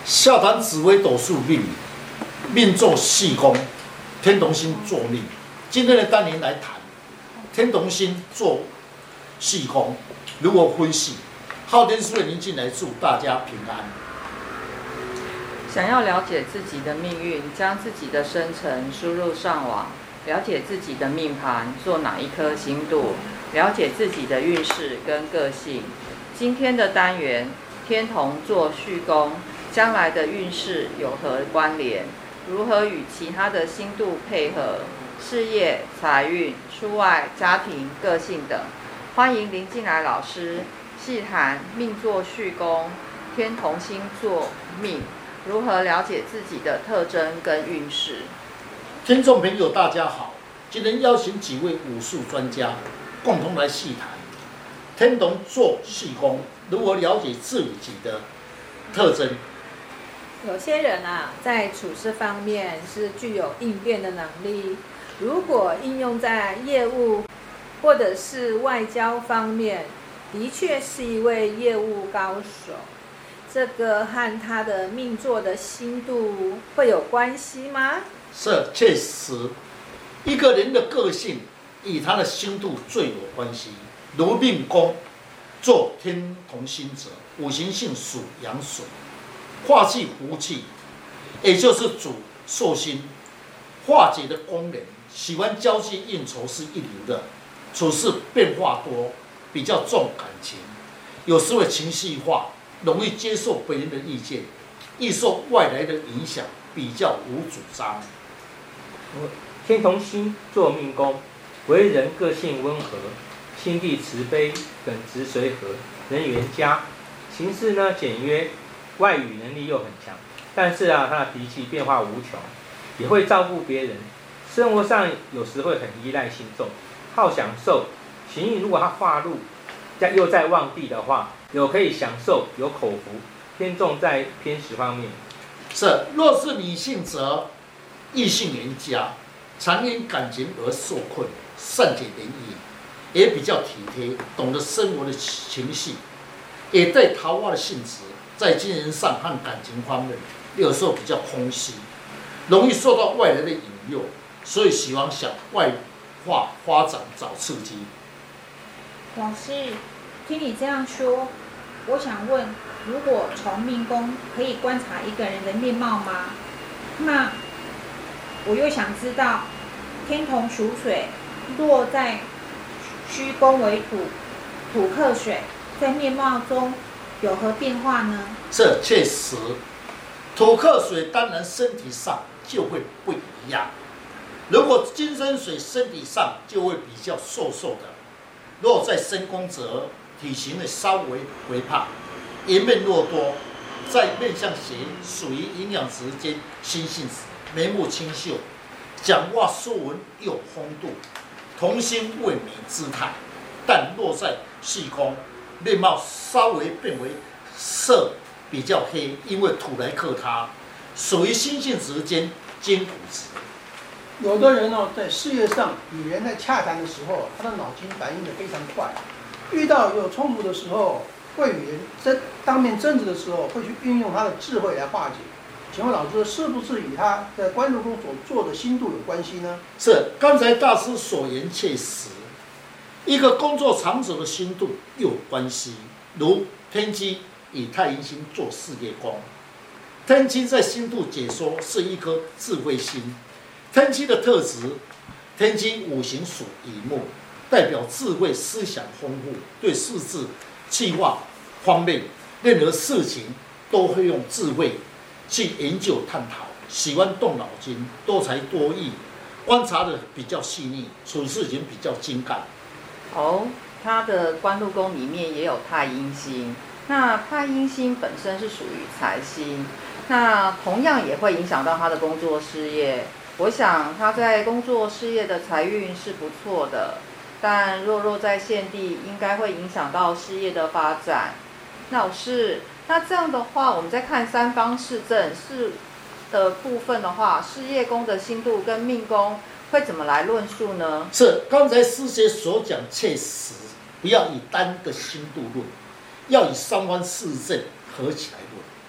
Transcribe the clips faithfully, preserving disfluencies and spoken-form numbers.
下谈紫微斗数命理，命坐细宫，天同星坐命。今天的单元来谈天同星坐细宫如何分析。昊天书院您进来祝大家平安。 想要了解自己的命运，将自己的生辰输入上网，了解自己的命盘做哪一颗星度，了解自己的运势跟个性。今天的单元，天同坐戌宫，将来的运势有何关联？如何与其他的星度配合？事业、财运、出外、家庭、个性等。欢迎林进来老师细谈命坐戌宫，天同星坐命，如何了解自己的特征跟运势？ 听众朋友大家好，今天邀请几位武术专家共同来细谈天同坐戌宫如何了解自己的特征。 有些人啊，在处事方面是具有应变的能力，如果应用在业务或者是外交方面，的确是一位业务高手。这个和他的命座的星度会有关系吗？ 是，确实，一个人的个性与他的星度最有关系。如命宫坐天同星者，五行性属阳水，化气福气，也就是主寿星，化解的功能，喜欢交际应酬是一流的，处事变化多，比较重感情，有时会情绪化，容易接受别人的意见，易受外来的影响，比较无主张。 天同星坐命宫，为人个性温和，心地慈悲，耿直随和，人缘佳，行事呢简约，外语能力又很强。但是啊，他的脾气变化无穷，也会照顾别人。生活上有时会很依赖信众，好享受。情欲如果他化禄，又在旺地的话，有可以享受，有口福，偏重在偏食方面。 是，若是女性则异性缘佳，常因感情而受困，善解人意，也比较体贴，懂得生活的情绪，也带桃花的性质，在精神上和感情方面，有时候比较空虚，容易受到外来的引诱，所以喜欢向外化发展找刺激。 老师，听你这样说，我想问，如果从命宫可以观察一个人的面貌吗？那我又想知道，天同属水，落在戌宫为土，土克水，在面貌中有何变化呢？ 这确实，土克水当然身体上就会不一样。如果金生水，身体上就会比较瘦瘦的。若在申宫则体型会稍微微胖，颜面若多，在面相学属于营养时间心性时，眉目清秀，讲话说文有风度，童心未泯姿态。但落在戌宫，面貌稍微变为色比较黑，因为土来克它，属于心性时间兼骨质。 有的人哦，在事业上与人在洽谈的时候，他的脑筋反应的非常快，遇到有冲突的时候，会与人争当面争执的时候，会去运用他的智慧来化解。请问老师，是不是与他在官禄宫所做的星度有关系呢？ 是，刚才大师所言确实，一个工作长久的星度又有关系。如天机以太阴星做事业宫，天机在星度解说是一颗智慧星。天机的特质，天机五行属乙木，代表智慧、思想丰富，对事事计划方面，任何事情都会用智慧去研究探讨，喜欢动脑筋，多才多艺，观察的比较细腻，处事情比较精干。 哦，他的官禄宫里面也有太阴星，那太阴星本身是属于财星，那同样也会影响到他的工作事业。我想他在工作事业的财运是不错的，但若落在现地，应该会影响到事业的发展。那老师，那这样的话，我们再看三方四正是的部分的话，事业宫的星度跟命宫会怎么来论述呢？ 是，刚才师姐所讲确实，不要以单个星度论，要以三方四正合起来论。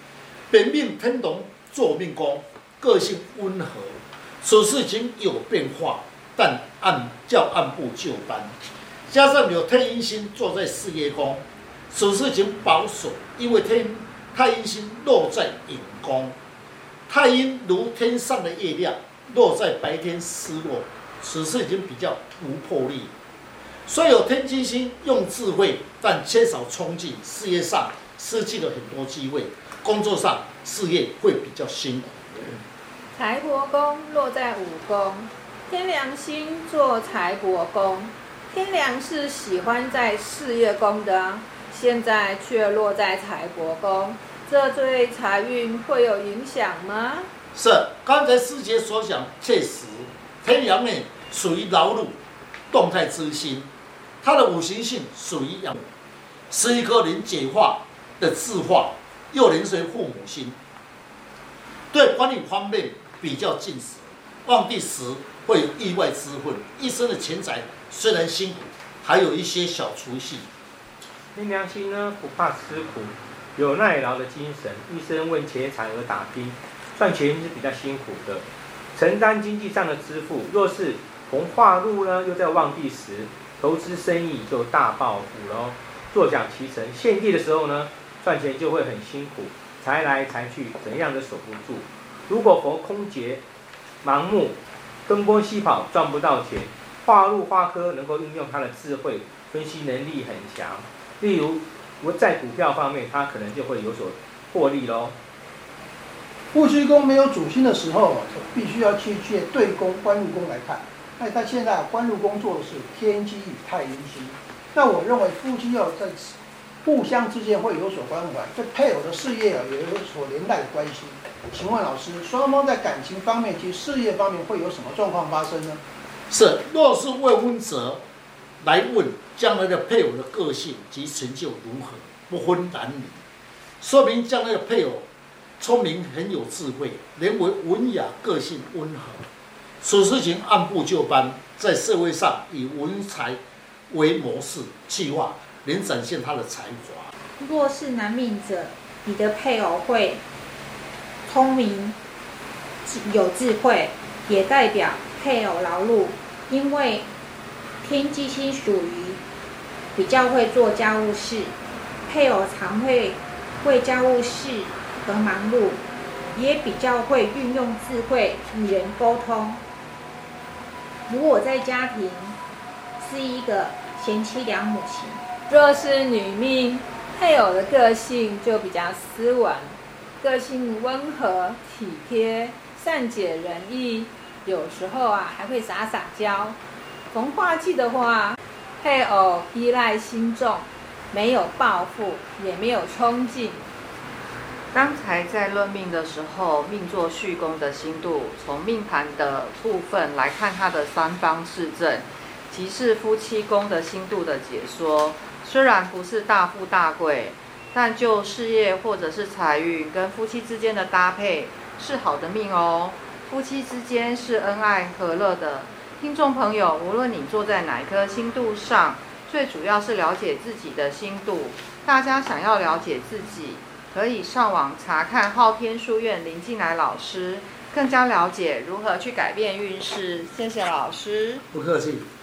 本命天龙坐命宫，个性温和，处事情有变化，但按较按部就班。加上有太阴星坐在事业宫，处事情保守，因为天太阴星落在寅宫，太阴如天上的月亮，落在白天失落，处事情比较无魄力。虽有天机星用智慧，但缺少冲劲，事业上失去了很多机会，工作上事业会比较辛苦。 财帛宫落在午宫，天梁星做财帛宫，天梁是喜欢在事业宫的啊，现在却落在财帛宫，这对财运会有影响吗？ 是，刚才师姐所讲，确实，天梁呢属于劳碌、动态之星，它的五行性属于阳，是一颗能解化的智化，又能随父母心，对管理方面比较尽实。旺地时会有意外之婚，一生的钱财虽然辛苦，还有一些小储蓄。 天梁星呢不怕吃苦，有耐劳的精神，一生为钱财而打拼，赚钱是比较辛苦的，承担经济上的支付。若是逢化禄呢，又在旺地时，投资生意就大暴富喽，坐享其成。献地的时候呢，赚钱就会很辛苦，财来财去，怎样都守不住。如果逢空劫、盲目、东奔西跑，赚不到钱，化禄化科能够运用他的智慧，分析能力很强。例如，我在股票方面，他可能就会有所获利喽。 夫妻宫没有主星的时候，必须要去借对宫、官禄宫来看。那他现在官禄宫做的是天机与太阴星，那我认为夫妻要在互相之间会有所关怀，对配偶的事业也有所连带的关系。请问老师，双方在感情方面及事业方面会有什么状况发生呢？ 是，若是未婚者来问将来的配偶的个性及成就如何，不分男女，说明将来的配偶聪明很有智慧，人为文雅，个性温和，处事情按部就班，在社会上以文才为模式计划，能展现他的才华。 若是男命者，你的配偶会聪明、有智慧，也代表配偶劳碌，因为天机星属于比较会做家务事，配偶常会为家务事而忙碌，也比较会运用智慧与人沟通。如果在家庭是一个贤妻良母型。 若是女命，配偶的个性就比较斯文，个性温和体贴，善解人意，有时候啊还会撒撒娇。逢化忌的话，配偶依赖心重，没有抱负，也没有冲劲。 刚才在论命的时候，命座戌宫的星度，从命盘的部分来看它的三方四正，即是夫妻宫的星度的解说。虽然不是大富大贵，但就事业或者是财运跟夫妻之间的搭配是好的命哦。夫妻之间是恩爱和乐的。听众朋友，无论你坐在哪颗星度上，最主要是了解自己的星度。大家想要了解自己，可以上网查看昊天书院林进来老师，更加了解如何去改变运势。谢谢老师。 不客气。